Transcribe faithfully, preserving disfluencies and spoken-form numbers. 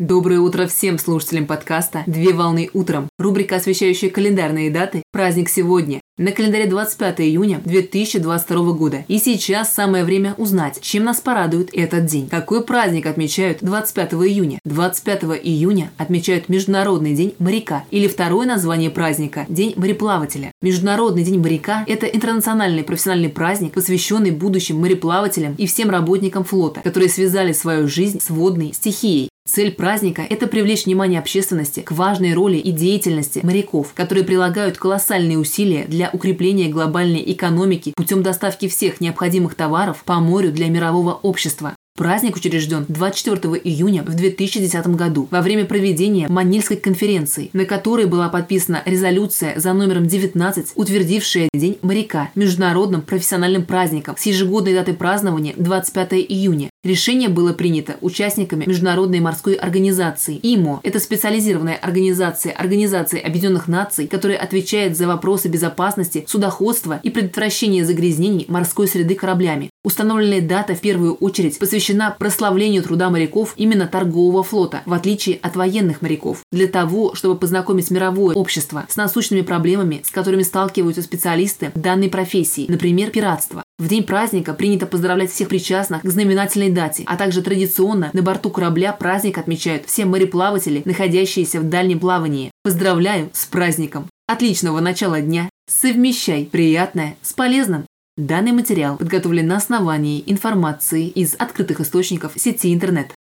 Доброе утро всем слушателям подкаста «Две волны утром». Рубрика, освещающая календарные даты. Праздник сегодня. На календаре двадцать пятое июня две тысячи двадцать второго года. И сейчас самое время узнать, чем нас порадует этот день. Какой праздник отмечают двадцать пятого июня? двадцать пятого июня отмечают Международный день моряка, или второе название праздника – День мореплавателя. Международный день моряка – это интернациональный профессиональный праздник, посвященный будущим мореплавателям и всем работникам флота, которые связали свою жизнь с водной стихией. Цель праздника – это привлечь внимание общественности к важной роли и деятельности моряков, которые прилагают колоссальные усилия для укрепления глобальной экономики путем доставки всех необходимых товаров по морю для мирового общества. Праздник учрежден двадцать четвёртого июня в две тысячи десятом году во время проведения Манильской конференции, на которой была подписана резолюция за номером девятнадцать, утвердившая День моряка международным профессиональным праздником с ежегодной датой празднования двадцать пятого июня. Решение было принято участниками Международной морской организации (ай эм о). Это специализированная организация Организации Объединенных Наций, которая отвечает за вопросы безопасности, судоходства и предотвращения загрязнений морской среды кораблями. Установленная дата в первую очередь посвящена прославлению труда моряков именно торгового флота, в отличие от военных моряков, для того, чтобы познакомить мировое общество с насущными проблемами, с которыми сталкиваются специалисты данной профессии, например, пиратство. В день праздника принято поздравлять всех причастных к знаменательной дате, а также традиционно на борту корабля праздник отмечают все мореплаватели, находящиеся в дальнем плавании. Поздравляю с праздником! Отличного начала дня! Совмещай приятное с полезным! Данный материал подготовлен на основании информации из открытых источников сети интернет.